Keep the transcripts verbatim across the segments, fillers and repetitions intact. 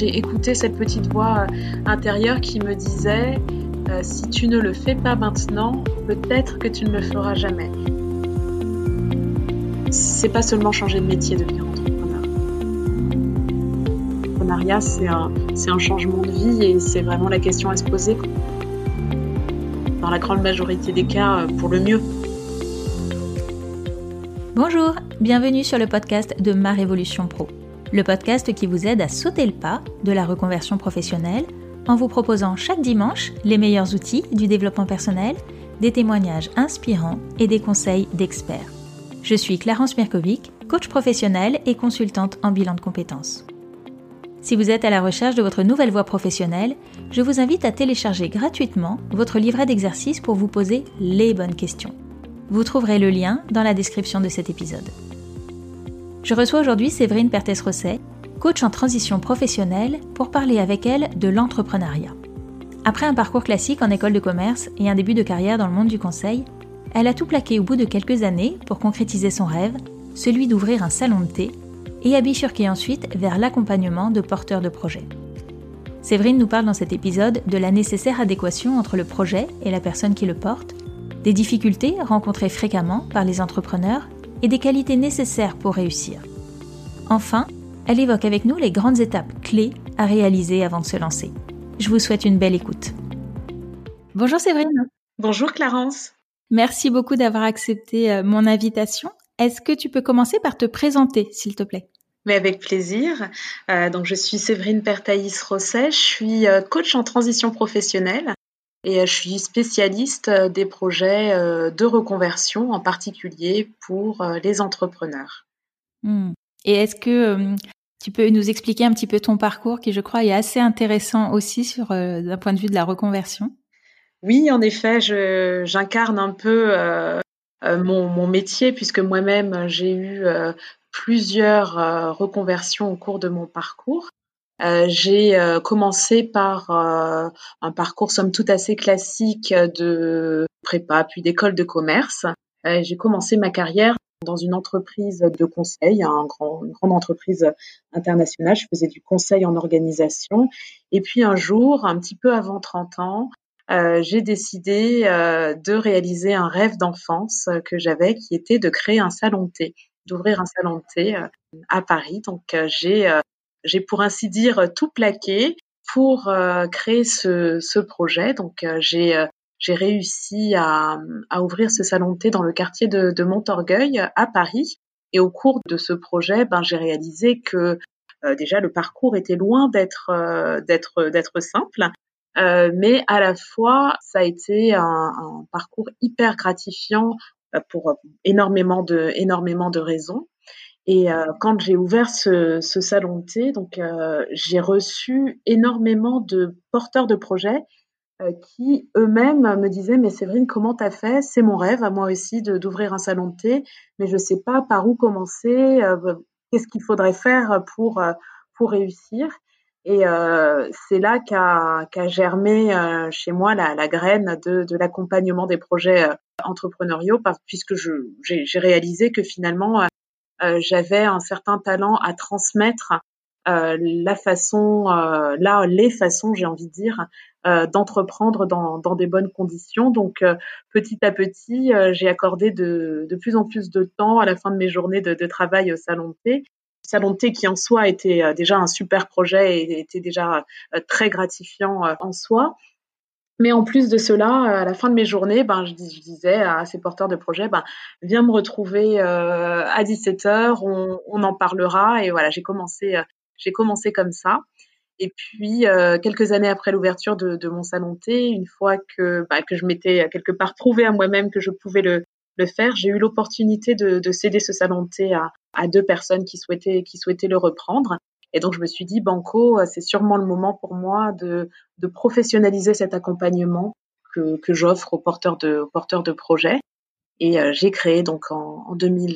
j'ai écouté cette petite voix intérieure qui me disait euh, « Si tu ne le fais pas maintenant, peut-être que tu ne le feras jamais ». C'est pas seulement changer de métier, devenir entrepreneur. L'entrepreneuriat, c'est un, c'est un changement de vie et c'est vraiment la question à se poser. Dans la grande majorité des cas, pour le mieux. Bonjour, bienvenue sur le podcast de Ma Révolution Pro. Le podcast qui vous aide à sauter le pas de la reconversion professionnelle en vous proposant chaque dimanche les meilleurs outils du développement personnel, des témoignages inspirants et des conseils d'experts. Je suis Clarence Mirkovic, coach professionnelle et consultante en bilan de compétences. Si vous êtes à la recherche de votre nouvelle voie professionnelle, je vous invite à télécharger gratuitement votre livret d'exercices pour vous poser les bonnes questions. Vous trouverez le lien dans la description de cet épisode. Je reçois aujourd'hui Séverine Perthes-Rosset, coach en transition professionnelle, pour parler avec elle de l'entrepreneuriat. Après un parcours classique en école de commerce et un début de carrière dans le monde du conseil, elle a tout plaqué au bout de quelques années pour concrétiser son rêve, celui d'ouvrir un salon de thé, et a bifurqué ensuite vers l'accompagnement de porteurs de projets. Séverine nous parle dans cet épisode de la nécessaire adéquation entre le projet et la personne qui le porte, des difficultés rencontrées fréquemment par les entrepreneurs et des qualités nécessaires pour réussir. Enfin, elle évoque avec nous les grandes étapes clés à réaliser avant de se lancer. Je vous souhaite une belle écoute. Bonjour Séverine. Bonjour Clarence. Merci beaucoup d'avoir accepté mon invitation. Est-ce que tu peux commencer par te présenter, s'il te plaît ? Mais avec plaisir. Euh, donc je suis Séverine Perthes-Rosset, je suis coach en transition professionnelle. Et je suis spécialiste des projets de reconversion, en particulier pour les entrepreneurs. Mmh. Et est-ce que euh, tu peux nous expliquer un petit peu ton parcours, qui je crois est assez intéressant aussi sur euh, d'un point de vue de la reconversion ? Oui, en effet, je, j'incarne un peu euh, mon, mon métier, puisque moi-même j'ai eu euh, plusieurs euh, reconversions au cours de mon parcours. Euh, j'ai euh, commencé par euh, un parcours somme toute assez classique de prépa puis d'école de commerce. Euh, j'ai commencé ma carrière dans une entreprise de conseil, un grand, une grande entreprise internationale. Je faisais du conseil en organisation. Et puis un jour, un petit peu avant trente ans, euh, j'ai décidé euh, de réaliser un rêve d'enfance que j'avais, qui était de créer un salon de thé, d'ouvrir un salon de thé euh, à Paris. Donc euh, j'ai euh, J'ai pour ainsi dire tout plaqué pour euh, créer ce, ce projet. Donc euh, j'ai, euh, j'ai réussi à, à ouvrir ce salon de thé dans le quartier de, de Montorgueil à Paris. Et au cours de ce projet, ben, j'ai réalisé que euh, déjà le parcours était loin d'être, euh, d'être, d'être simple. Euh, mais à la fois, ça a été un, un parcours hyper gratifiant euh, pour énormément de, énormément de raisons. Et euh, quand j'ai ouvert ce, ce salon de thé, donc euh, j'ai reçu énormément de porteurs de projets euh, qui eux-mêmes me disaient « Mais Séverine, comment t'as fait ? C'est mon rêve à moi aussi de, d'ouvrir un salon de thé, mais je sais pas par où commencer, euh, qu'est-ce qu'il faudrait faire pour, euh, pour réussir ?» Et euh, c'est là qu'a, qu'a germé euh, chez moi la, la graine de, de l'accompagnement des projets euh, entrepreneuriaux, parce, puisque je, j'ai, j'ai réalisé que finalement, euh, Euh, j'avais un certain talent à transmettre euh, la façon, euh, là, les façons, j'ai envie de dire, euh, d'entreprendre dans, dans des bonnes conditions. Donc, euh, petit à petit, euh, j'ai accordé de, de plus en plus de temps à la fin de mes journées de, de travail au salon de thé. Le salon de thé qui, en soi, était euh, déjà un super projet et était déjà euh, très gratifiant euh, en soi. Mais en plus de cela, à la fin de mes journées, ben, je, dis, je disais à ces porteurs de projets, ben, viens me retrouver euh, à dix-sept heures, on, on en parlera. Et voilà, j'ai commencé, euh, j'ai commencé comme ça. Et puis, euh, quelques années après l'ouverture de, de mon salon de thé, une fois que, bah, que je m'étais quelque part prouvé à moi-même que je pouvais le, le faire, j'ai eu l'opportunité de, de céder ce salon de thé à, à deux personnes qui souhaitaient, qui souhaitaient le reprendre. Et donc, je me suis dit, Banco, c'est sûrement le moment pour moi de, de professionnaliser cet accompagnement que, que j'offre aux porteurs de, aux porteurs de projets. Et euh, j'ai créé donc en, en deux mille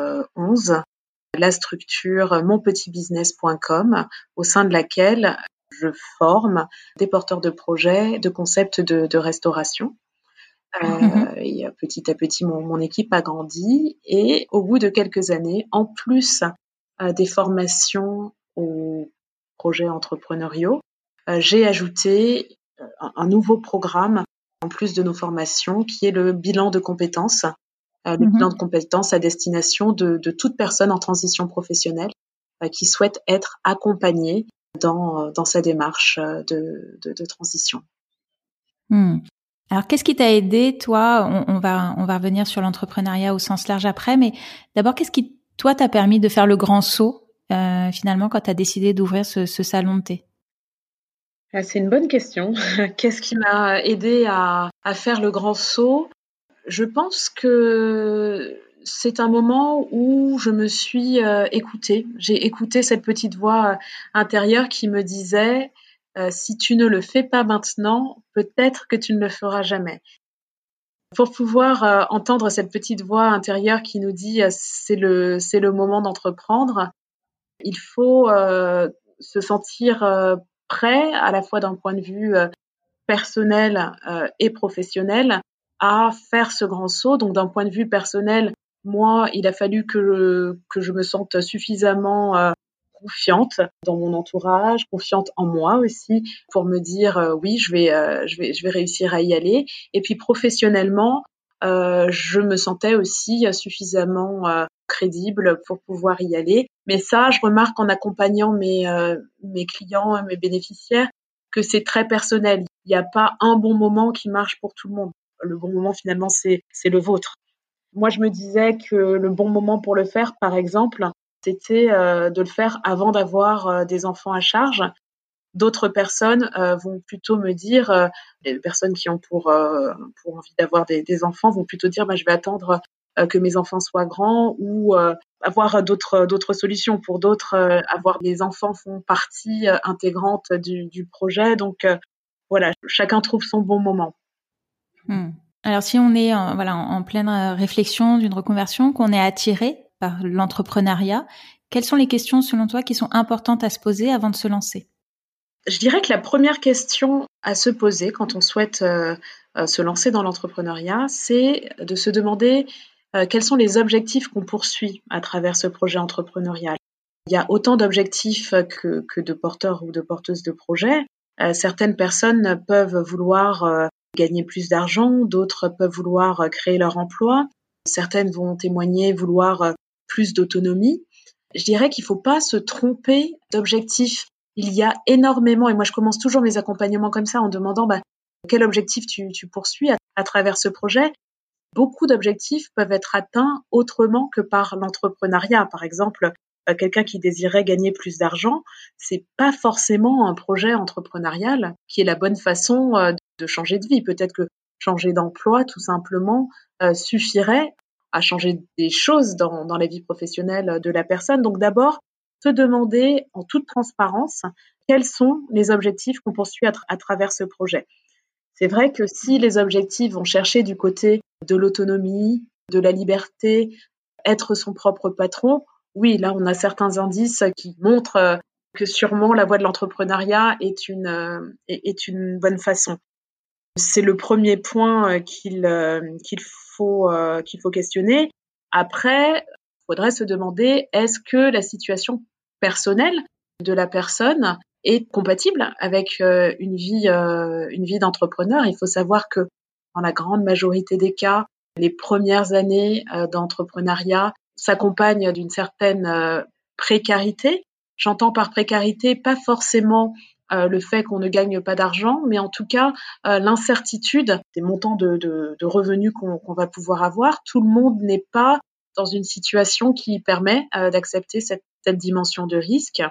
onze la structure mon petit business point com, au sein de laquelle je forme des porteurs de projets, de concepts de, de restauration. Euh, mmh. Et petit à petit, mon, mon équipe a grandi. Et au bout de quelques années, en plus euh, des formations aux projets entrepreneuriaux, euh, j'ai ajouté un, un nouveau programme en plus de nos formations qui est le bilan de compétences. Euh, le Mhm. bilan de compétences à destination de, de toute personne en transition professionnelle euh, qui souhaite être accompagnée dans, dans sa démarche de, de, de transition. Hmm. Alors, qu'est-ce qui t'a aidé, toi? on, on va on va revenir sur l'entrepreneuriat au sens large après, mais d'abord, qu'est-ce qui, toi, t'a permis de faire le grand saut, euh, finalement, quand t'as décidé d'ouvrir ce, ce salon de thé? Ah, c'est une bonne question. Qu'est-ce qui m'a aidé à, à faire le grand saut? Je pense que c'est un moment où je me suis euh, écoutée. J'ai écouté cette petite voix euh, intérieure qui me disait euh, si tu ne le fais pas maintenant, peut-être que tu ne le feras jamais. Pour pouvoir euh, entendre cette petite voix intérieure qui nous dit euh, c'est le c'est le moment d'entreprendre, il faut euh, se sentir euh, prêt à la fois d'un point de vue euh, personnel euh, et professionnel à faire ce grand saut. Donc d'un point de vue personnel, moi, il a fallu que, que je me sente suffisamment euh, confiante dans mon entourage, confiante en moi aussi, pour me dire euh, oui, je vais, euh, je vais, je vais réussir à y aller. Et puis professionnellement, euh, je me sentais aussi suffisamment euh, crédible pour pouvoir y aller. Mais ça, je remarque en accompagnant mes, euh, mes clients, mes bénéficiaires, que c'est très personnel. Il n'y a pas un bon moment qui marche pour tout le monde. Le bon moment, finalement, c'est, c'est le vôtre. Moi, je me disais que le bon moment pour le faire, par exemple, c'était euh, de le faire avant d'avoir euh, des enfants à charge. D'autres personnes euh, vont plutôt me dire, euh, les personnes qui ont pour, euh, pour envie d'avoir des, des enfants vont plutôt dire, bah, je vais attendre euh, que mes enfants soient grands ou euh, avoir d'autres, d'autres solutions. Pour d'autres, euh, avoir des enfants font partie euh, intégrante du, du projet. Donc euh, voilà, chacun trouve son bon moment. Hmm. Alors, si on est en, voilà, en, en pleine euh, réflexion d'une reconversion, qu'on est attiré par l'entrepreneuriat, quelles sont les questions, selon toi, qui sont importantes à se poser avant de se lancer? Je dirais que la première question à se poser quand on souhaite euh, euh, se lancer dans l'entrepreneuriat, c'est de se demander euh, quels sont les objectifs qu'on poursuit à travers ce projet entrepreneurial. Il y a autant d'objectifs que, que de porteurs ou de porteuses de projets. Euh, certaines personnes peuvent vouloir euh, gagner plus d'argent, d'autres peuvent vouloir euh, créer leur emploi, certaines vont témoigner vouloir euh, plus d'autonomie. Je dirais qu'il ne faut pas se tromper d'objectif. Il y a énormément, et moi je commence toujours mes accompagnements comme ça en demandant bah, quel objectif tu, tu poursuis à, à travers ce projet. Beaucoup d'objectifs peuvent être atteints autrement que par l'entrepreneuriat. Par exemple, euh, quelqu'un qui désirait gagner plus d'argent, c'est pas forcément un projet entrepreneurial qui est la bonne façon euh, de changer de vie. Peut-être que changer d'emploi, tout simplement, euh, suffirait à changer des choses dans, dans la vie professionnelle de la personne. Donc d'abord, se demander en toute transparence quels sont les objectifs qu'on poursuit à, tra- à travers ce projet. C'est vrai que si les objectifs vont chercher du côté de l'autonomie, de la liberté, être son propre patron, oui, là, on a certains indices qui montrent que sûrement la voie de l'entrepreneuriat est une, est une bonne façon. C'est le premier point qu'il, qu'il faut, qu'il faut questionner. Après, il faudrait se demander, est-ce que la situation personnelle de la personne est compatible avec une vie, une vie d'entrepreneur? Il faut savoir que dans la grande majorité des cas, les premières années d'entrepreneuriat s'accompagnent d'une certaine précarité. J'entends par précarité pas forcément euh, le fait qu'on ne gagne pas d'argent, mais en tout cas euh, l'incertitude des montants de, de, de revenus qu'on, qu'on va pouvoir avoir. Tout le monde n'est pas dans une situation qui permet euh, d'accepter cette, cette dimension de risque.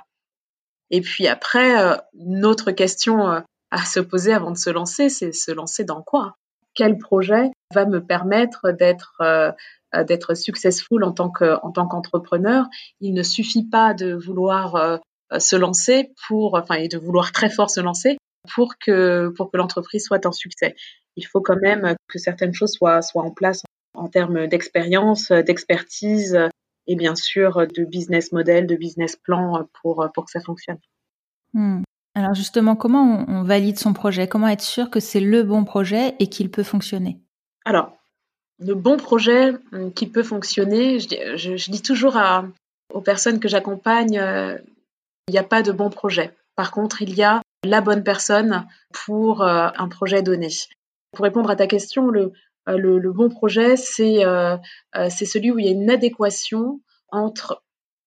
Et puis après, euh, une autre question euh, à se poser avant de se lancer, c'est se lancer dans quoi? Quel projet va me permettre d'être euh, d'être successful en tant que en tant qu'entrepreneur? Il ne suffit pas de vouloir euh, se lancer pour, enfin, et de vouloir très fort se lancer pour que pour que l'entreprise soit un succès. Il faut quand même que certaines choses soient soient en place en termes d'expérience, d'expertise et bien sûr de business model, de business plan pour pour que ça fonctionne. Hmm. Alors justement, comment on, on valide son projet? Comment être sûr que c'est le bon projet et qu'il peut fonctionner? Alors, le bon projet qui peut fonctionner, je, dis- je, je dis toujours à, aux personnes que j'accompagne, euh, il n'y a pas de bon projet. Par contre, il y a la bonne personne pour euh, un projet donné. Pour répondre à ta question, le, euh, le, le bon projet, c'est, euh, euh, c'est celui où il y a une adéquation entre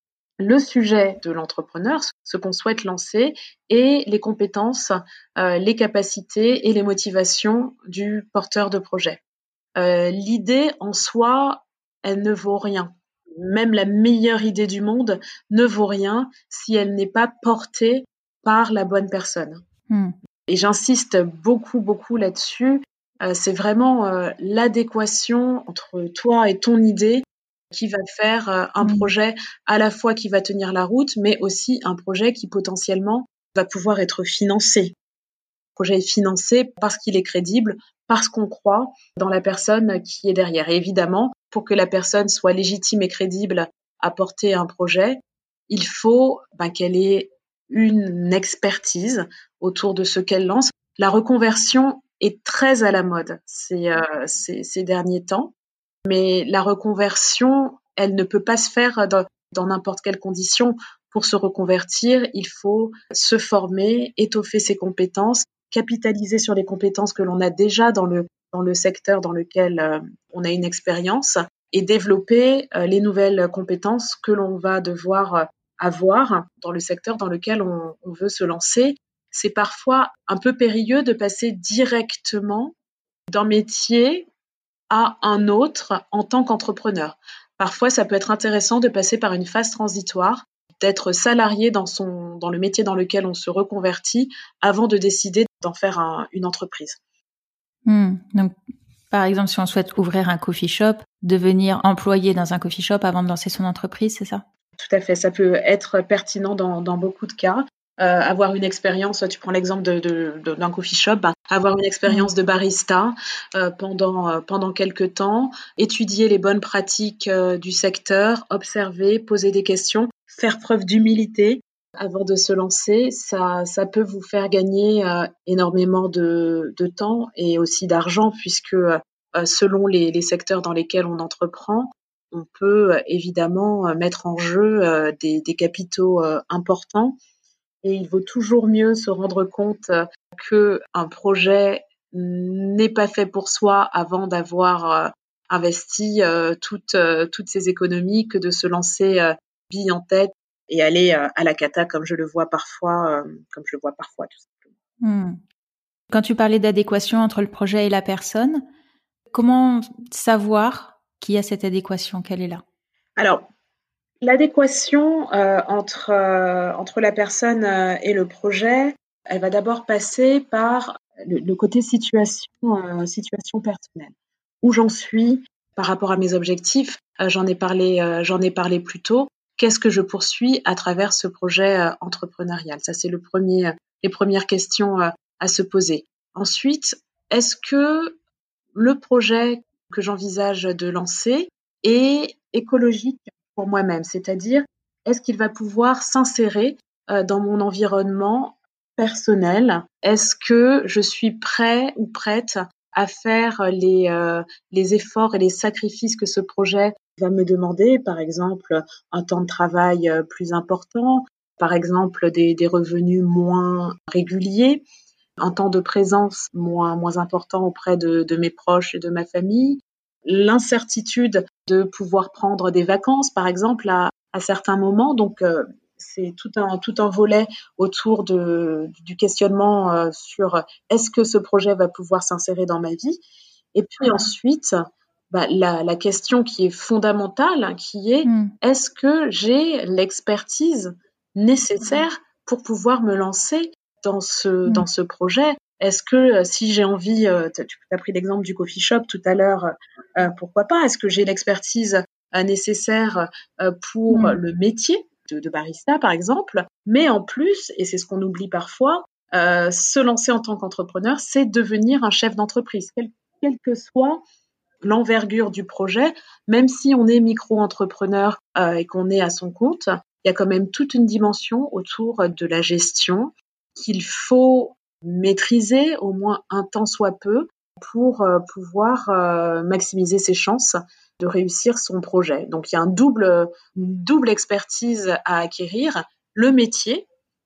le sujet de l'entrepreneur, ce qu'on souhaite lancer, et les compétences, euh, les capacités et les motivations du porteur de projet. Euh, l'idée en soi, elle ne vaut rien. Même la meilleure idée du monde ne vaut rien si elle n'est pas portée par la bonne personne. Hmm. Et j'insiste beaucoup, beaucoup là-dessus. Euh, c'est vraiment euh, l'adéquation entre toi et ton idée qui va faire euh, un Hmm. projet à la fois qui va tenir la route, mais aussi un projet qui potentiellement va pouvoir être financé. Le projet est financé parce qu'il est crédible, parce qu'on croit dans la personne qui est derrière. Et évidemment, pour que la personne soit légitime et crédible à porter un projet, il faut ben, qu'elle ait une expertise autour de ce qu'elle lance. La reconversion est très à la mode ces, euh, ces, ces derniers temps, mais la reconversion, elle ne peut pas se faire dans, dans n'importe quelle condition. Pour se reconvertir, il faut se former, étoffer ses compétences, capitaliser sur les compétences que l'on a déjà dans le, dans le secteur dans lequel euh, on a une expérience et développer euh, les nouvelles compétences que l'on va devoir euh, avoir dans le secteur dans lequel on, on veut se lancer. C'est parfois un peu périlleux de passer directement d'un métier à un autre en tant qu'entrepreneur. Parfois, ça peut être intéressant de passer par une phase transitoire, d'être salarié dans, son, dans le métier dans lequel on se reconvertit avant de décider d'en faire un, une entreprise. Hmm. Donc, par exemple, si on souhaite ouvrir un coffee shop, devenir employé dans un coffee shop avant de lancer son entreprise, c'est ça? Tout à fait, ça peut être pertinent dans, dans beaucoup de cas. Euh, avoir une expérience, tu prends l'exemple de, de, de, d'un coffee shop, bah, avoir une expérience de barista euh, pendant, euh, pendant quelques temps, étudier les bonnes pratiques euh, du secteur, observer, poser des questions, faire preuve d'humilité avant de se lancer, ça, ça peut vous faire gagner euh, énormément de, de temps et aussi d'argent puisque euh, selon les, les secteurs dans lesquels on entreprend, on peut euh, évidemment euh, mettre en jeu euh, des, des capitaux euh, importants. Et il vaut toujours mieux se rendre compte euh, qu'un projet n'est pas fait pour soi avant d'avoir euh, investi euh, toutes, euh, toutes ses économies que de se lancer euh, bille en tête et aller euh, à la cata comme je le vois parfois, euh, comme je le vois parfois tout simplement. Hmm. Quand tu parlais d'adéquation entre le projet et la personne, comment savoir qu'il y a cette adéquation, qu'elle est là? Alors, l'adéquation euh, entre, euh, entre la personne euh, et le projet, elle va d'abord passer par le, le côté situation, euh, situation personnelle. Où j'en suis par rapport à mes objectifs, euh, j'en ai parlé, euh, j'en ai parlé plus tôt. Qu'est-ce que je poursuis à travers ce projet euh, entrepreneurial? Ça, c'est le premier, euh, les premières questions euh, à se poser. Ensuite, est-ce que le projet que j'envisage de lancer est écologique pour moi-même? C'est-à-dire, est-ce qu'il va pouvoir s'insérer euh, dans mon environnement personnel? Est-ce que je suis prêt ou prête à faire les, euh, les efforts et les sacrifices que ce projet va me demander? Par exemple, un temps de travail euh, plus important, par exemple, des, des revenus moins réguliers, un temps de présence moins, moins important auprès de, de mes proches et de ma famille, l'incertitude de pouvoir prendre des vacances, par exemple, à, à certains moments. Donc, euh, c'est tout un, tout un volet autour de, du questionnement euh, sur est-ce que ce projet va pouvoir s'insérer dans ma vie. Et puis ensuite, bah, la, la question qui est fondamentale, qui est Hmm. est-ce que j'ai l'expertise nécessaire pour pouvoir me lancer dans ce, Hmm. dans ce projet? Est-ce que si j'ai envie, euh, tu as pris l'exemple du coffee shop tout à l'heure, euh, pourquoi pas? Est-ce que j'ai l'expertise euh, nécessaire euh, pour Hmm. le métier de, de barista, par exemple? Mais en plus, et c'est ce qu'on oublie parfois, euh, se lancer en tant qu'entrepreneur, c'est devenir un chef d'entreprise, quel, quel que soit l'envergure du projet, même si on est micro-entrepreneur euh, et qu'on est à son compte, il y a quand même toute une dimension autour de la gestion qu'il faut maîtriser au moins un temps soit peu pour euh, pouvoir euh, maximiser ses chances de réussir son projet. Donc il y a un double, une double expertise à acquérir, le métier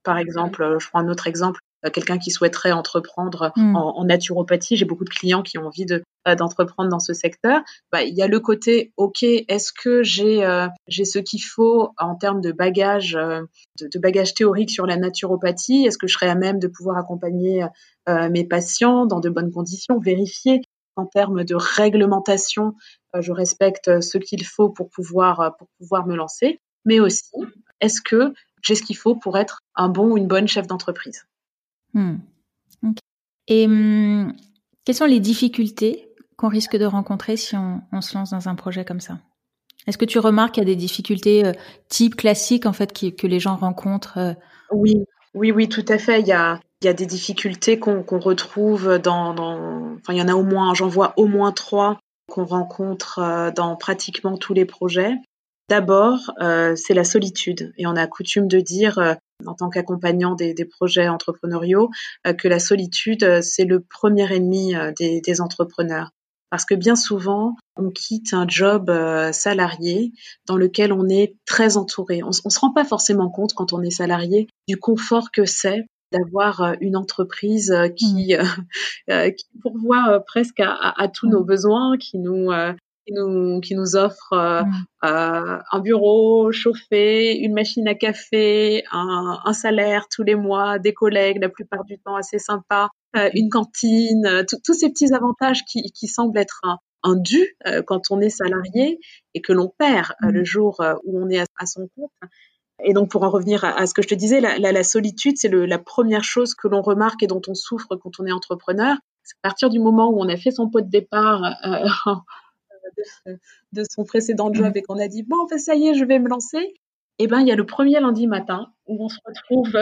Par exemple, je prends un autre exemple, quelqu'un qui souhaiterait entreprendre mmh. en, en naturopathie. J'ai beaucoup de clients qui ont envie de, d'entreprendre dans ce secteur. Bah, il y a le côté, OK, est-ce que j'ai, euh, j'ai ce qu'il faut en termes de bagage, euh, de, de bagage théorique sur la naturopathie? Est-ce que je serais à même de pouvoir accompagner euh, mes patients dans de bonnes conditions? Vérifier en termes de réglementation, euh, je respecte ce qu'il faut pour pouvoir, pour pouvoir me lancer. Mais aussi, est-ce que j'ai ce qu'il faut pour être un bon ou une bonne chef d'entreprise? Mmh. Okay. Et hum, quelles sont les difficultés qu'on risque de rencontrer si on, on se lance dans un projet comme ça? Est-ce que tu remarques qu'il y a des difficultés euh, type classique en fait qui, que les gens rencontrent euh... Oui, oui, oui, tout à fait. Il y a, il y a des difficultés qu'on, qu'on retrouve dans, dans, enfin, il y en a au moins, j'en vois au moins trois qu'on rencontre euh, dans pratiquement tous les projets. D'abord, euh, c'est la solitude. Et on a coutume de dire, euh, en tant qu'accompagnant des, des projets entrepreneuriaux, euh, que la solitude, euh, c'est le premier ennemi euh, des, des entrepreneurs. Parce que bien souvent, on quitte un job euh, salarié dans lequel on est très entouré. On, on se rend pas forcément compte quand on est salarié du confort que c'est d'avoir euh, une entreprise euh, qui, mmh. euh, euh, qui pourvoit euh, presque à, à, à tous Mmh. nos besoins, qui nous, euh, qui nous, qui nous offre euh, Mmh. euh, un bureau chauffé, une machine à café, un, un salaire tous les mois, des collègues la plupart du temps assez sympas, euh, une cantine, euh, tous ces petits avantages qui, qui semblent être un, un dû euh, quand on est salarié et que l'on perd euh, Mmh. le jour euh, où on est à, à son compte. Et donc, pour en revenir à, à ce que je te disais, la, la, la solitude, c'est le, la première chose que l'on remarque et dont on souffre quand on est entrepreneur. C'est à partir du moment où on a fait son pot de départ euh, de, de son précédent Mmh. job et qu'on a dit, bon, ben, ça y est, je vais me lancer. Et ben, il y a le premier lundi matin où on se retrouve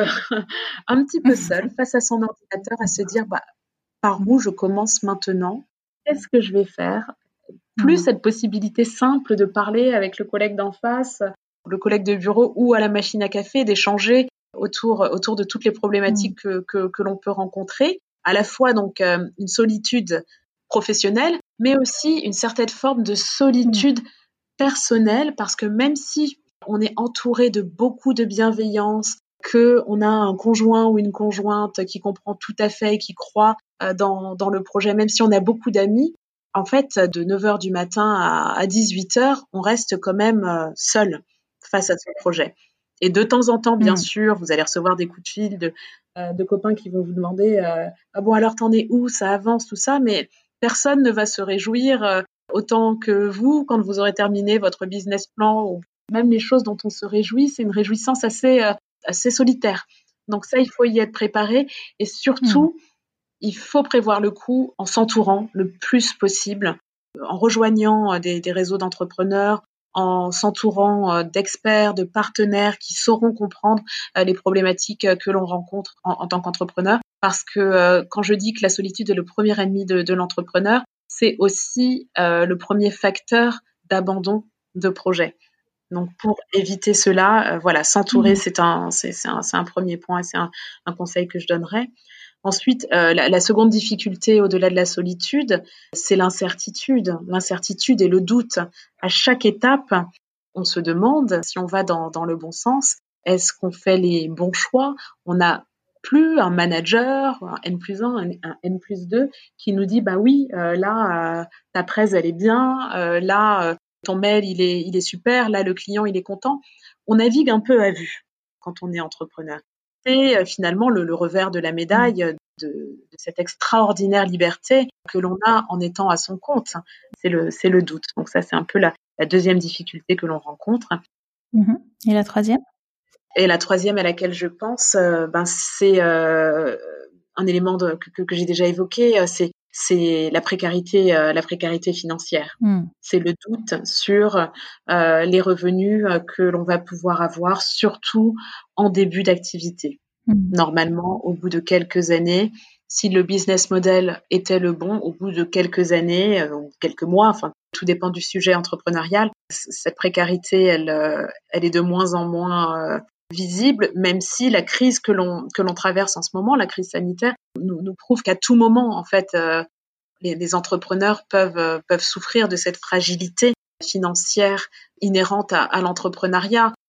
un petit peu seul face à son ordinateur à se dire, bah, par où je commence maintenant? Qu'est-ce que je vais faire? Plus Mmh. cette possibilité simple de parler avec le collègue d'en face, le collègue de bureau ou à la machine à café, d'échanger autour, autour de toutes les problématiques que, que, que l'on peut rencontrer. À la fois donc euh, une solitude professionnelle, mais aussi une certaine forme de Mmh. solitude personnelle, parce que même si on est entouré de beaucoup de bienveillance, qu'on a un conjoint ou une conjointe qui comprend tout à fait et qui croit euh, dans, dans le projet, même si on a beaucoup d'amis, en fait, de neuf heures du matin à, à dix-huit heures, on reste quand même euh, seul face à ce projet. Et de temps en temps, bien Mmh. sûr, vous allez recevoir des coups de fil de, euh, de copains qui vont vous demander euh, « Ah bon, alors t'en es où? Ça avance, tout ça ?» Mais personne ne va se réjouir euh, autant que vous quand vous aurez terminé votre business plan ou même les choses dont on se réjouit. C'est une réjouissance assez, euh, assez solitaire. Donc ça, il faut y être préparé. Et Mmh. surtout, il faut prévoir le coup en s'entourant le plus possible, en rejoignant des, des réseaux d'entrepreneurs, en s'entourant d'experts, de partenaires qui sauront comprendre les problématiques que l'on rencontre en, en tant qu'entrepreneur. Parce que euh, quand je dis que la solitude est le premier ennemi de, de l'entrepreneur, c'est aussi euh, le premier facteur d'abandon de projet. Donc pour éviter cela, euh, voilà, s'entourer, Mmh. c'est un, c'est, c'est un, c'est un premier point et c'est un, un conseil que je donnerais. Ensuite, euh, la, la seconde difficulté au-delà de la solitude, c'est l'incertitude. L'incertitude et le doute. À chaque étape, on se demande si on va dans, dans le bon sens. Est-ce qu'on fait les bons choix? On n'a plus un manager, un N plus un, un, un N plus deux, qui nous dit, bah oui, euh, là, euh, ta presse, elle est bien, euh, là, euh, ton mail, il est, il est super, là, le client, il est content. On navigue un peu à vue quand on est entrepreneur. C'est euh, finalement le, le revers de la médaille Mmh. de, de cette extraordinaire liberté que l'on a en étant à son compte. C'est le, c'est le doute. Donc ça, c'est un peu la, la deuxième difficulté que l'on rencontre. Mmh. Et la troisième? Et la troisième à laquelle je pense, euh, ben, c'est euh, un élément de, que, que j'ai déjà évoqué, euh, c'est, c'est la précarité, euh, la précarité financière. Mmh. C'est le doute sur euh, les revenus euh, que l'on va pouvoir avoir, surtout en début d'activité. Mmh. Normalement, au bout de quelques années, si le business model était le bon, au bout de quelques années, euh, ou quelques mois, enfin, tout dépend du sujet entrepreneurial, c- cette précarité, elle, euh, elle est de moins en moins euh, visible, même si la crise que l'on, que l'on traverse en ce moment, la crise sanitaire, nous, nous prouve qu'à tout moment, en fait, euh, les, les entrepreneurs peuvent, euh, peuvent souffrir de cette fragilité financière inhérente à, à l'entrepreneuriat.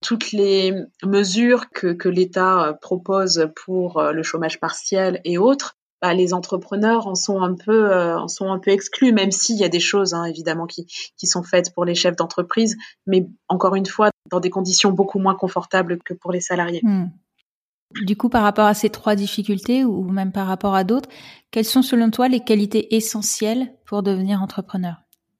toutes les mesures que, que l'État propose pour le chômage partiel et autres, bah, les entrepreneurs en sont un peu, euh, en sont un peu exclus, même s'il y a des choses, hein, évidemment, qui, qui sont faites pour les chefs d'entreprise, mais encore une fois, dans des conditions beaucoup moins confortables que pour les salariés. Mmh. Du coup, par rapport à ces trois difficultés, ou même par rapport à d'autres, quelles sont selon toi les qualités essentielles pour devenir entrepreneur ?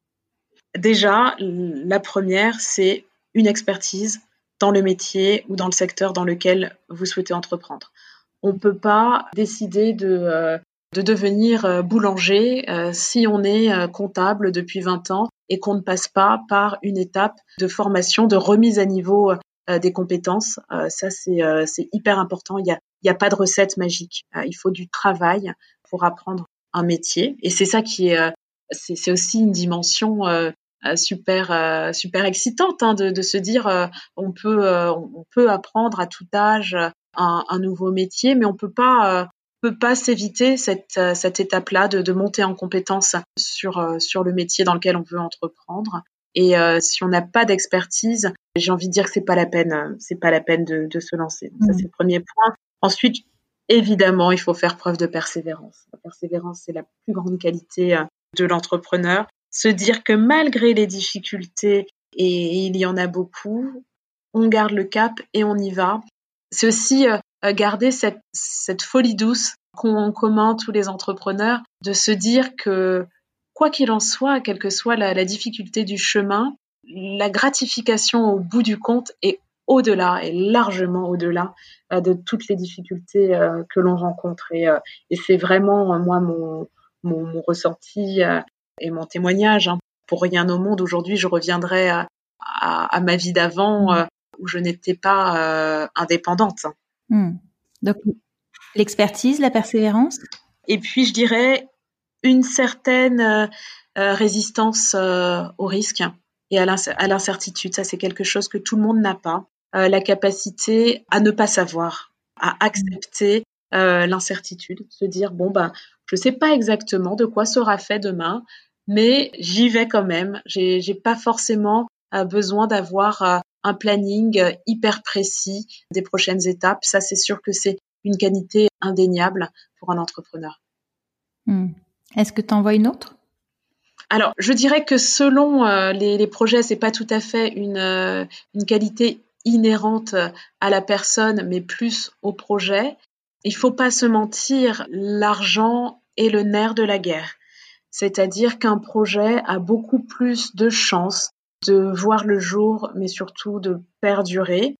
Déjà, la première, c'est une expertise dans le métier ou dans le secteur dans lequel vous souhaitez entreprendre. On ne peut pas décider de, euh, de devenir euh, boulanger euh, si on est euh, comptable depuis vingt ans et qu'on ne passe pas par une étape de formation, de remise à niveau euh, des compétences. Euh, ça, c'est, euh, c'est hyper important. Il n'y a, il y a pas de recette magique. Euh, il faut du travail pour apprendre un métier. Et c'est ça qui est, euh, c'est, c'est aussi une dimension euh, super, euh, super excitante, hein, de, de se dire euh, on peut, euh, on peut apprendre à tout âge Un, un nouveau métier, mais on peut pas, euh, peut pas s'éviter cette, euh, cette étape-là de, de monter en compétence sur, euh, sur le métier dans lequel on veut entreprendre. Et euh, si on n'a pas d'expertise, j'ai envie de dire que c'est pas la peine, c'est pas la peine de, de se lancer. Donc, ça, c'est le premier point. Ensuite, évidemment, il faut faire preuve de persévérance. La persévérance, c'est la plus grande qualité euh, de l'entrepreneur. Se dire que malgré les difficultés, et il y en a beaucoup, on garde le cap et on y va. C'est aussi euh, garder cette, cette folie douce qu'ont en commun tous les entrepreneurs, de se dire que quoi qu'il en soit, quelle que soit la, la difficulté du chemin, la gratification au bout du compte est au-delà, est largement au-delà euh, de toutes les difficultés euh, que l'on rencontre. Et, euh, et c'est vraiment, euh, moi, mon, mon, mon ressenti euh, et mon témoignage. Hein. Pour rien au monde, aujourd'hui, je reviendrai à, à, à ma vie d'avant, euh, où je n'étais pas euh, indépendante. Mmh. Donc, l'expertise, la persévérance. Et puis, je dirais une certaine euh, euh, résistance euh, au risque et à, l'inc- à l'incertitude. Ça, c'est quelque chose que tout le monde n'a pas. Euh, la capacité à ne pas savoir, à accepter euh, l'incertitude, se dire, bon, ben, je ne sais pas exactement de quoi sera fait demain, mais j'y vais quand même. J'ai, j'ai pas forcément euh, besoin d'avoir euh, un planning euh, hyper précis des prochaines étapes. Ça, c'est sûr que c'est une qualité indéniable pour un entrepreneur. Mmh. Est-ce que tu en vois une autre ? Alors, je dirais que selon euh, les, les projets, c'est pas tout à fait une, euh, une qualité inhérente à la personne, mais plus au projet. Il faut pas se mentir, l'argent est le nerf de la guerre. C'est-à-dire qu'un projet a beaucoup plus de chances de voir le jour, mais surtout de perdurer,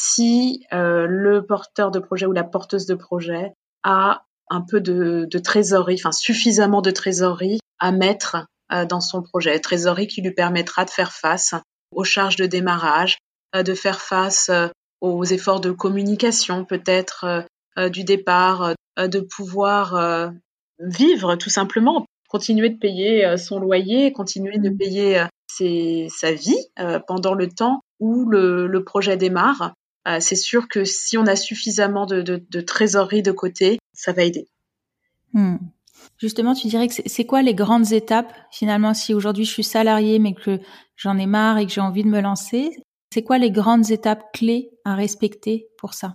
si euh, le porteur de projet ou la porteuse de projet a un peu de, de trésorerie, enfin suffisamment de trésorerie à mettre euh, dans son projet. Trésorerie qui lui permettra de faire face aux charges de démarrage, euh, de faire face euh, aux efforts de communication peut-être euh, euh, du départ, euh, de pouvoir euh, vivre tout simplement, continuer de payer euh, son loyer, continuer de payer euh, ses, sa vie euh, pendant le temps où le, le projet démarre. Euh, c'est sûr que si on a suffisamment de, de, de trésorerie de côté, ça va aider. Mmh. Justement, tu dirais que c'est, c'est quoi les grandes étapes, finalement, si aujourd'hui je suis salariée mais que j'en ai marre et que j'ai envie de me lancer, c'est quoi les grandes étapes clés à respecter pour ça ?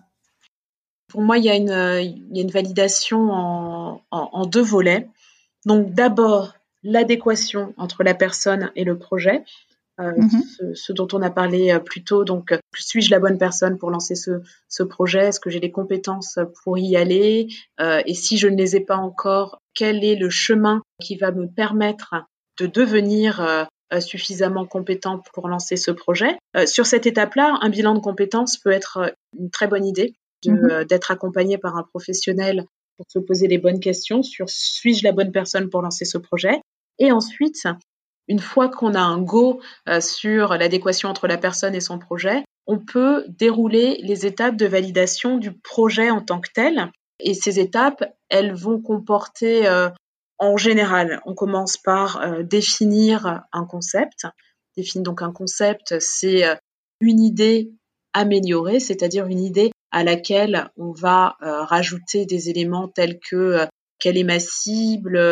Pour moi, il y a une, il y a une validation en, en, en deux volets. Donc d'abord, l'adéquation entre la personne et le projet. Euh, Mmh. ce, ce dont on a parlé euh, plus tôt. Donc, euh, suis-je la bonne personne pour lancer ce, ce projet ? Est-ce que j'ai les compétences pour y aller ? Euh, et si je ne les ai pas encore, quel est le chemin qui va me permettre de devenir euh, suffisamment compétent pour lancer ce projet ? Euh, sur cette étape-là, un bilan de compétences peut être une très bonne idée de, Mmh. euh, d'être accompagné par un professionnel pour se poser les bonnes questions sur suis-je la bonne personne pour lancer ce projet ? Et ensuite, une fois qu'on a un go euh, sur l'adéquation entre la personne et son projet, on peut dérouler les étapes de validation du projet en tant que tel. Et ces étapes, elles vont comporter, euh, en général, on commence par euh, définir un concept. Définir donc un concept, c'est euh, une idée améliorée, c'est-à-dire une idée à laquelle on va euh, rajouter des éléments tels que euh, quelle est ma cible,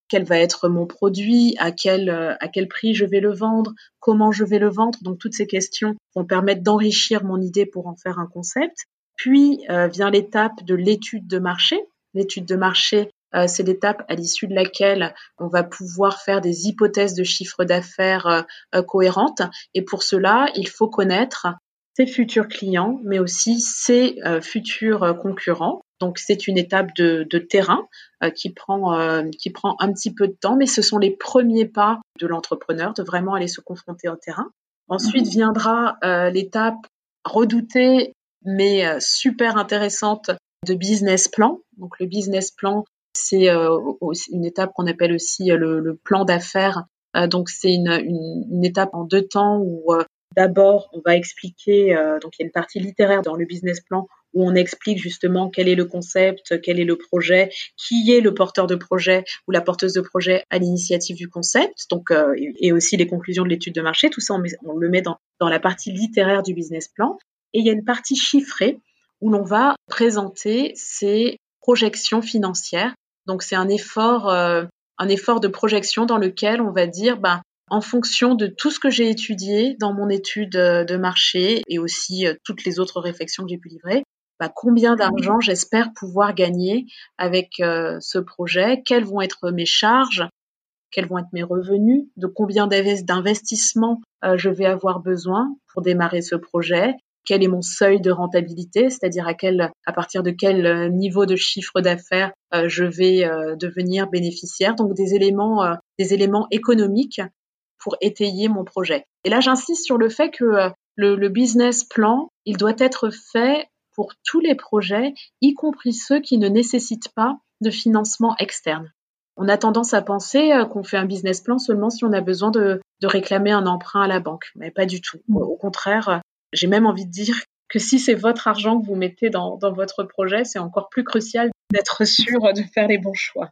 quel va être mon produit, à quel, à quel prix je vais le vendre, comment je vais le vendre. Donc, toutes ces questions vont permettre d'enrichir mon idée pour en faire un concept. Puis euh, vient l'étape de l'étude de marché. L'étude de marché, euh, c'est l'étape à l'issue de laquelle on va pouvoir faire des hypothèses de chiffre d'affaires euh, euh, cohérentes. Et pour cela, il faut connaître ses futurs clients, mais aussi ses euh, futurs euh, concurrents. Donc, c'est une étape de, de terrain euh, qui prend, euh, qui prend un petit peu de temps, mais ce sont les premiers pas de l'entrepreneur, de vraiment aller se confronter au terrain. Ensuite mmh. viendra euh, l'étape redoutée, mais euh, super intéressante de business plan. Donc, le business plan, c'est euh, une étape qu'on appelle aussi le, le plan d'affaires. Euh, donc, c'est une, une, une étape en deux temps où euh, d'abord, on va expliquer, euh, donc il y a une partie littéraire dans le business plan où on explique justement quel est le concept, quel est le projet, qui est le porteur de projet ou la porteuse de projet à l'initiative du concept, donc euh, et aussi les conclusions de l'étude de marché. Tout ça, on, met, on le met dans, dans la partie littéraire du business plan. Et il y a une partie chiffrée où l'on va présenter ses projections financières. Donc, c'est un effort, euh, un effort de projection dans lequel on va dire, ben, en fonction de tout ce que j'ai étudié dans mon étude de marché et aussi euh, toutes les autres réflexions que j'ai pu livrer, bah, combien d'argent j'espère pouvoir gagner avec euh, ce projet, quelles vont être mes charges, quels vont être mes revenus, de combien d'investissements euh, je vais avoir besoin pour démarrer ce projet, quel est mon seuil de rentabilité, c'est-à-dire à, quel, à partir de quel niveau de chiffre d'affaires euh, je vais euh, devenir bénéficiaire, donc des éléments, euh, des éléments économiques pour étayer mon projet. Et là, j'insiste sur le fait que euh, le, le business plan, il doit être fait pour tous les projets, y compris ceux qui ne nécessitent pas de financement externe. On a tendance à penser euh, qu'on fait un business plan seulement si on a besoin de, de réclamer un emprunt à la banque, mais pas du tout. Au, au contraire, euh, j'ai même envie de dire que si c'est votre argent que vous mettez dans, dans votre projet, c'est encore plus crucial d'être sûr de faire les bons choix.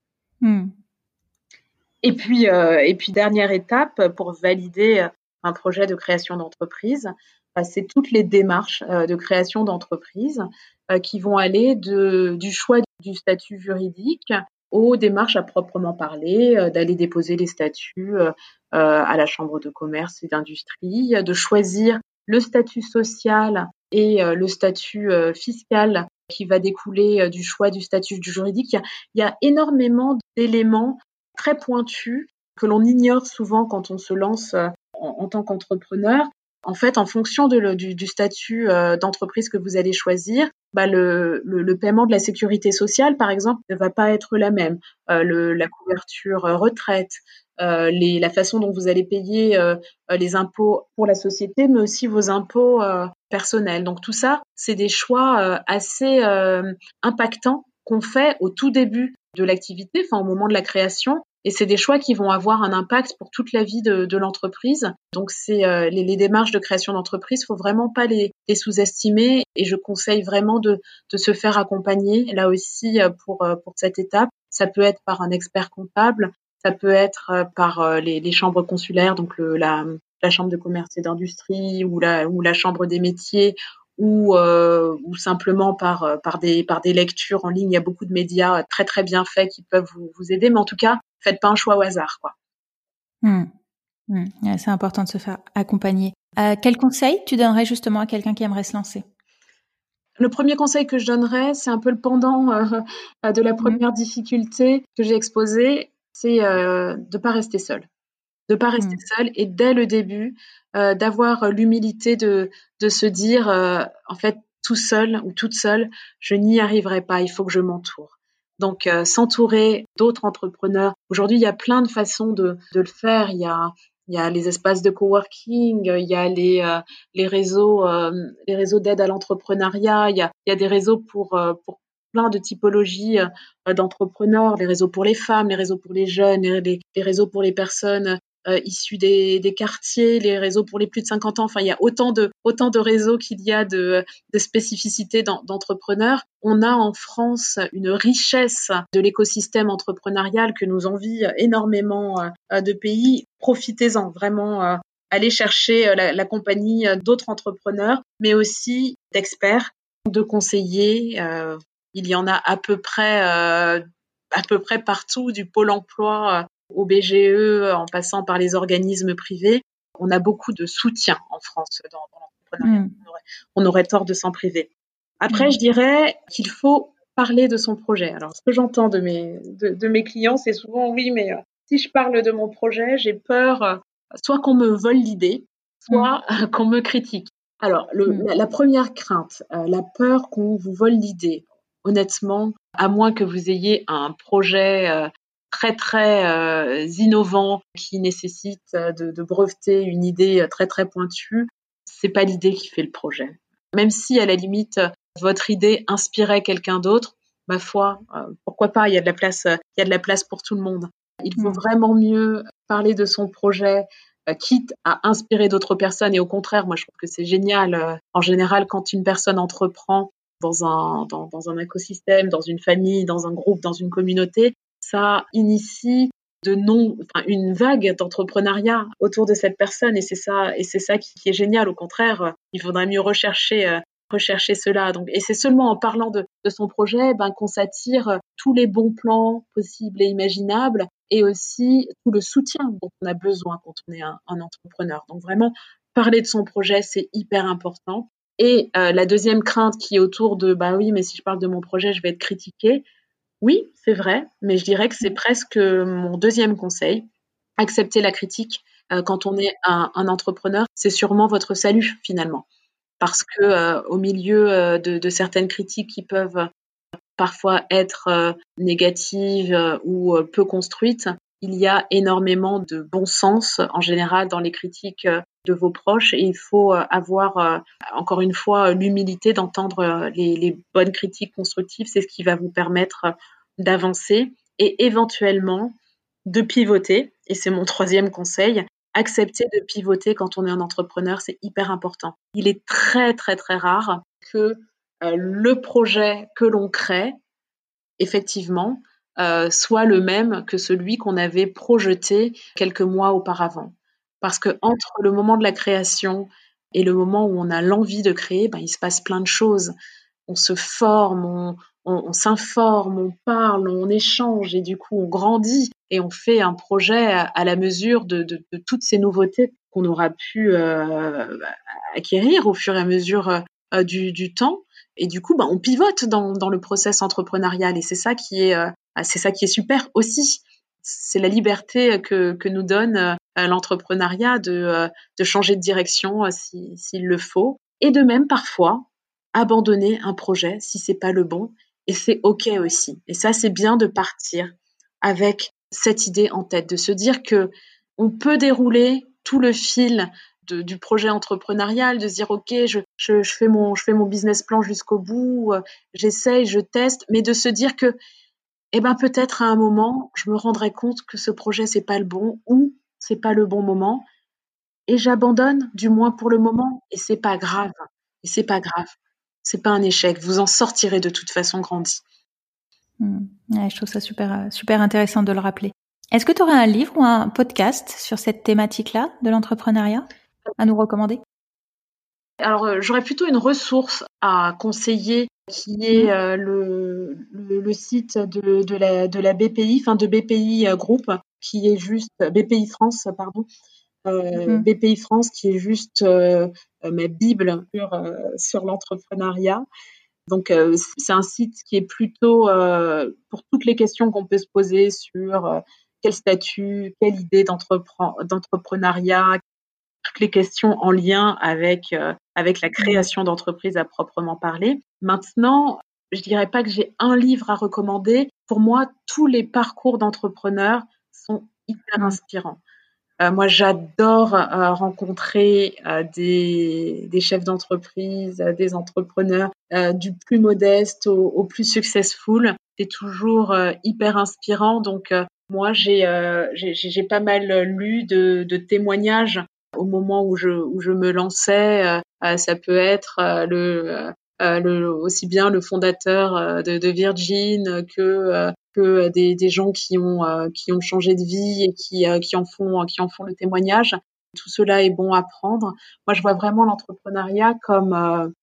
Mm. Et puis, euh, et puis, dernière étape pour valider un projet de création d'entreprise, euh, c'est toutes les démarches euh, de création d'entreprise euh, qui vont aller de, du choix du statut juridique aux démarches à proprement parler, euh, d'aller déposer les statuts euh, à la chambre de commerce et d'industrie, de choisir le statut social et euh, le statut euh, fiscal qui va découler euh, du choix du statut juridique. Il y a, il y a énormément d'éléments très pointus que l'on ignore souvent quand on se lance en, en tant qu'entrepreneur. En fait, en fonction de le, du, du statut euh, d'entreprise que vous allez choisir, bah le, le, le paiement de la sécurité sociale, par exemple, ne va pas être la même. Euh, le, la couverture euh, retraite, euh, les, la façon dont vous allez payer euh, les impôts pour la société, mais aussi vos impôts euh, personnels. Donc tout ça, c'est des choix euh, assez euh, impactants qu'on fait au tout début de l'activité, enfin au moment de la création, et c'est des choix qui vont avoir un impact pour toute la vie de, de l'entreprise. Donc c'est euh, les, les démarches de création d'entreprise, faut vraiment pas les, les sous-estimer, et je conseille vraiment de, de se faire accompagner là aussi pour pour cette étape. Ça peut être par un expert comptable, ça peut être par les, les chambres consulaires, donc le, la, la chambre de commerce et d'industrie ou la ou la chambre des métiers. Ou, euh, ou simplement par, par, des, par des lectures en ligne. Il y a beaucoup de médias très très bien faits qui peuvent vous, vous aider, mais en tout cas, faites pas un choix au hasard, quoi. Mmh. Mmh. Ouais, c'est important de se faire accompagner. Euh, quel conseil tu donnerais justement à quelqu'un qui aimerait se lancer ? Le premier conseil que je donnerais, c'est un peu le pendant euh, de la première mmh. difficulté que j'ai exposée, c'est euh, de pas rester seul. De pas rester mmh. seul et dès le début, euh, d'avoir l'humilité de, de se dire, euh, en fait, tout seul ou toute seule, je n'y arriverai pas, il faut que je m'entoure. Donc, euh, s'entourer d'autres entrepreneurs. Aujourd'hui, il y a plein de façons de, de le faire. Il y a, il y a les espaces de coworking, il y a les, euh, les réseaux, euh, les réseaux d'aide à l'entrepreneuriat. Il y a, il y a des réseaux pour, euh, pour plein de typologies euh, d'entrepreneurs, les réseaux pour les femmes, les réseaux pour les jeunes, les, les réseaux pour les personnes Euh, issus des, des quartiers, les réseaux pour les plus de cinquante ans. Enfin, il y a autant de, autant de réseaux qu'il y a de, de spécificités d'entrepreneurs. On a en France une richesse de l'écosystème entrepreneurial que nous envie énormément euh, de pays. Profitez-en, vraiment. Euh, allez chercher la, la compagnie d'autres entrepreneurs, mais aussi d'experts, de conseillers. Euh, il y en a à peu près... Euh, à peu près partout, du Pôle emploi au B G E, en passant par les organismes privés. On a beaucoup de soutien en France dans, dans l'entrepreneuriat. Mmh. On, aurait, on aurait tort de s'en priver. Après, mmh. je dirais qu'il faut parler de son projet. Alors, ce que j'entends de mes, de, de mes clients, c'est souvent « oui, mais euh, si je parle de mon projet, j'ai peur euh, soit qu'on me vole l'idée, soit mmh. qu'on me critique ». Alors, le, mmh. la, la première crainte, euh, la peur qu'on vous vole l'idée, honnêtement, à moins que vous ayez un projet euh, très, très euh, innovant qui nécessite de, de breveter une idée très, très pointue, c'est pas l'idée qui fait le projet. Même si, à la limite, votre idée inspirait quelqu'un d'autre, ma foi, euh, pourquoi pas, il y a de la place, il y a de la place pour tout le monde. Il vaut mmh. vraiment mieux parler de son projet, euh, quitte à inspirer d'autres personnes. Et au contraire, moi, je trouve que c'est génial. Euh, en général, quand une personne entreprend dans un, dans, dans un écosystème, dans une famille, dans un groupe, dans une communauté, ça initie de non, enfin, une vague d'entrepreneuriat autour de cette personne. Et c'est ça, et c'est ça qui, qui est génial. Au contraire, il faudrait mieux rechercher, euh, rechercher cela. Donc, et c'est seulement en parlant de, de son projet, ben, qu'on s'attire tous les bons plans possibles et imaginables, et aussi tout le soutien dont on a besoin quand on est un, un entrepreneur. Donc vraiment, parler de son projet, c'est hyper important. Et euh, la deuxième crainte qui est autour de, bah oui, mais si je parle de mon projet, je vais être critiquée. Oui, c'est vrai, mais je dirais que c'est presque mon deuxième conseil. Accepter la critique euh, quand on est un, un entrepreneur, c'est sûrement votre salut finalement. Parce que euh, au milieu euh, de, de certaines critiques qui peuvent euh, parfois être euh, négatives euh, ou euh, peu construites, il y a énormément de bon sens en général dans les critiques euh, de vos proches, et il faut euh, avoir euh, encore une fois l'humilité d'entendre euh, les, les bonnes critiques constructives. C'est ce qui va vous permettre euh, d'avancer et éventuellement de pivoter. Et c'est mon troisième conseil. Accepter de pivoter quand on est un entrepreneur, c'est hyper important. Il est très, très, très rare que euh, le projet que l'on crée, effectivement, euh, soit le même que celui qu'on avait projeté quelques mois auparavant. Parce que entre le moment de la création et le moment où on a l'envie de créer, ben, il se passe plein de choses. On se forme, on, on, on s'informe, on parle, on échange, et du coup on grandit et on fait un projet à, à la mesure de, de, de toutes ces nouveautés qu'on aura pu euh, acquérir au fur et à mesure euh, du, du temps. Et du coup, bah, on pivote dans, dans le process entrepreneurial, et c'est ça qui est, euh, c'est ça qui est super aussi. C'est la liberté que, que nous donne euh, l'entrepreneuriat de, euh, de changer de direction euh, si, s'il le faut. Et de même, parfois, abandonner un projet si c'est pas le bon, et c'est ok aussi. Et ça, c'est bien de partir avec cette idée en tête, de se dire que on peut dérouler tout le fil de, du projet entrepreneurial, de se dire ok, je, je, je fais mon je fais mon business plan jusqu'au bout, euh, j'essaye, je teste, mais de se dire que eh ben peut-être à un moment, je me rendrai compte que ce projet c'est pas le bon, ou c'est pas le bon moment, et j'abandonne, du moins pour le moment, et c'est pas grave. Et c'est pas grave. C'est pas un échec. Vous en sortirez de toute façon grandi. Mmh. Ouais, je trouve ça super, super intéressant de le rappeler. Est-ce que tu aurais un livre ou un podcast sur cette thématique-là de l'entrepreneuriat à nous recommander? Alors, euh, j'aurais plutôt une ressource à conseiller qui est mmh. euh, le, le, le site de, de, la, de la B P I, enfin de B P I Group, qui est juste B P I France, pardon, euh, mmh. B P I France, qui est juste euh, ma bible sur, euh, sur l'entrepreneuriat. Donc, euh, c'est un site qui est plutôt euh, pour toutes les questions qu'on peut se poser sur euh, quel statut, quelle idée d'entrepre- d'entrepreneuriat, toutes les questions en lien avec, euh, avec la création d'entreprise à proprement parler. Maintenant, je dirais pas que j'ai un livre à recommander. Pour moi, tous les parcours d'entrepreneurs sont hyper mmh. inspirants. Euh, moi, j'adore euh, rencontrer euh, des, des chefs d'entreprise, euh, des entrepreneurs, euh, du plus modeste au, au plus successful. C'est toujours euh, hyper inspirant. Donc, euh, moi, j'ai, euh, j'ai, j'ai pas mal lu de, de témoignages au moment où je, où je me lançais. Euh, ça peut être euh, le, euh, le, aussi bien le fondateur euh, de, de Virgin que euh, que des, des gens qui ont euh, qui ont changé de vie et qui euh, qui en font qui en font le témoignage. Tout cela est bon à prendre. Moi, je vois vraiment l'entrepreneuriat comme euh,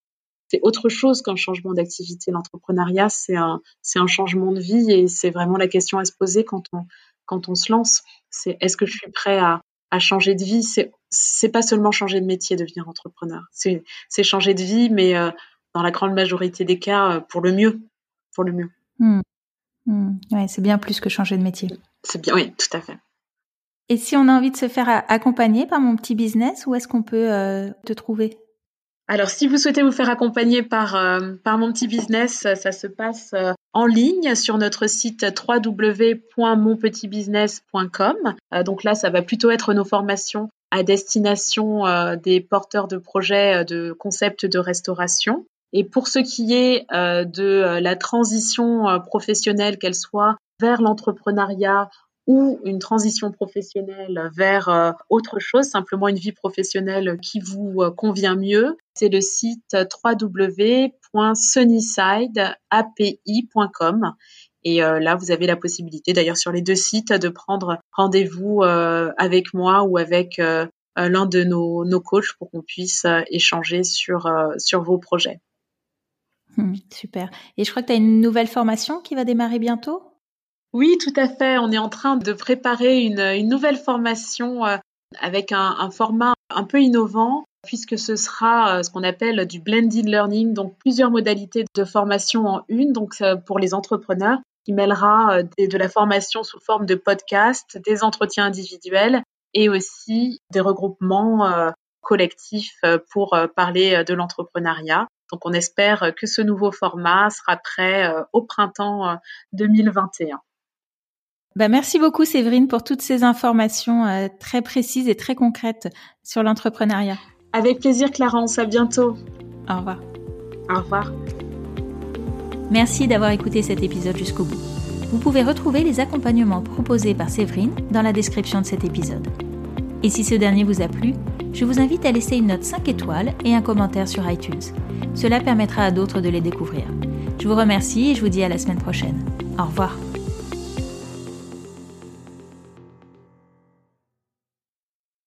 c'est autre chose qu'un changement d'activité. L'entrepreneuriat, c'est un, c'est un changement de vie et c'est vraiment la question à se poser quand on, quand on se lance. C'est est-ce que je suis prêt à, à changer de vie? C'est, c'est pas seulement changer de métier, devenir entrepreneur. C'est, c'est changer de vie, mais euh, dans la grande majorité des cas, euh, pour le mieux. Pour le mieux. Mmh. Mmh. Ouais, c'est bien plus que changer de métier. C'est bien, oui, tout à fait. Et si on a envie de se faire accompagner par Mon Petit Business, où est-ce qu'on peut euh, te trouver? Alors, si vous souhaitez vous faire accompagner par, euh, par Mon Petit Business, ça se passe euh, en ligne sur notre site w w w point mon petit business point com. Euh, donc là, ça va plutôt être nos formations à destination euh, des porteurs de projets de concepts de restauration. Et pour ce qui est euh, de euh, la transition euh, professionnelle, qu'elle soit vers l'entrepreneuriat ou une transition professionnelle vers euh, autre chose, simplement une vie professionnelle qui vous euh, convient mieux, c'est le site w w w point sunnyside a p i point com. Et euh, là, vous avez la possibilité, d'ailleurs sur les deux sites, de prendre rendez-vous euh, avec moi ou avec euh, l'un de nos, nos coachs pour qu'on puisse euh, échanger sur, euh, sur vos projets. Hum, super. Et je crois que tu as une nouvelle formation qui va démarrer bientôt? Oui, tout à fait. On est en train de préparer une, une nouvelle formation euh, avec un, un format un peu innovant, puisque ce sera euh, ce qu'on appelle du blended learning, donc plusieurs modalités de formation en une, donc euh, pour les entrepreneurs, qui mêlera euh, de, de la formation sous forme de podcast, des entretiens individuels et aussi des regroupements euh, collectifs euh, pour euh, parler de l'entrepreneuriat. Donc on espère que ce nouveau format sera prêt euh, au printemps euh, deux mille vingt et un. Bah, merci beaucoup Séverine pour toutes ces informations euh, très précises et très concrètes sur l'entrepreneuriat. Avec plaisir Clarence, à bientôt. Au revoir. Au revoir. Merci d'avoir écouté cet épisode jusqu'au bout. Vous pouvez retrouver les accompagnements proposés par Séverine dans la description de cet épisode. Et si ce dernier vous a plu, je vous invite à laisser une note cinq étoiles et un commentaire sur iTunes. Cela permettra à d'autres de les découvrir. Je vous remercie et je vous dis à la semaine prochaine. Au revoir.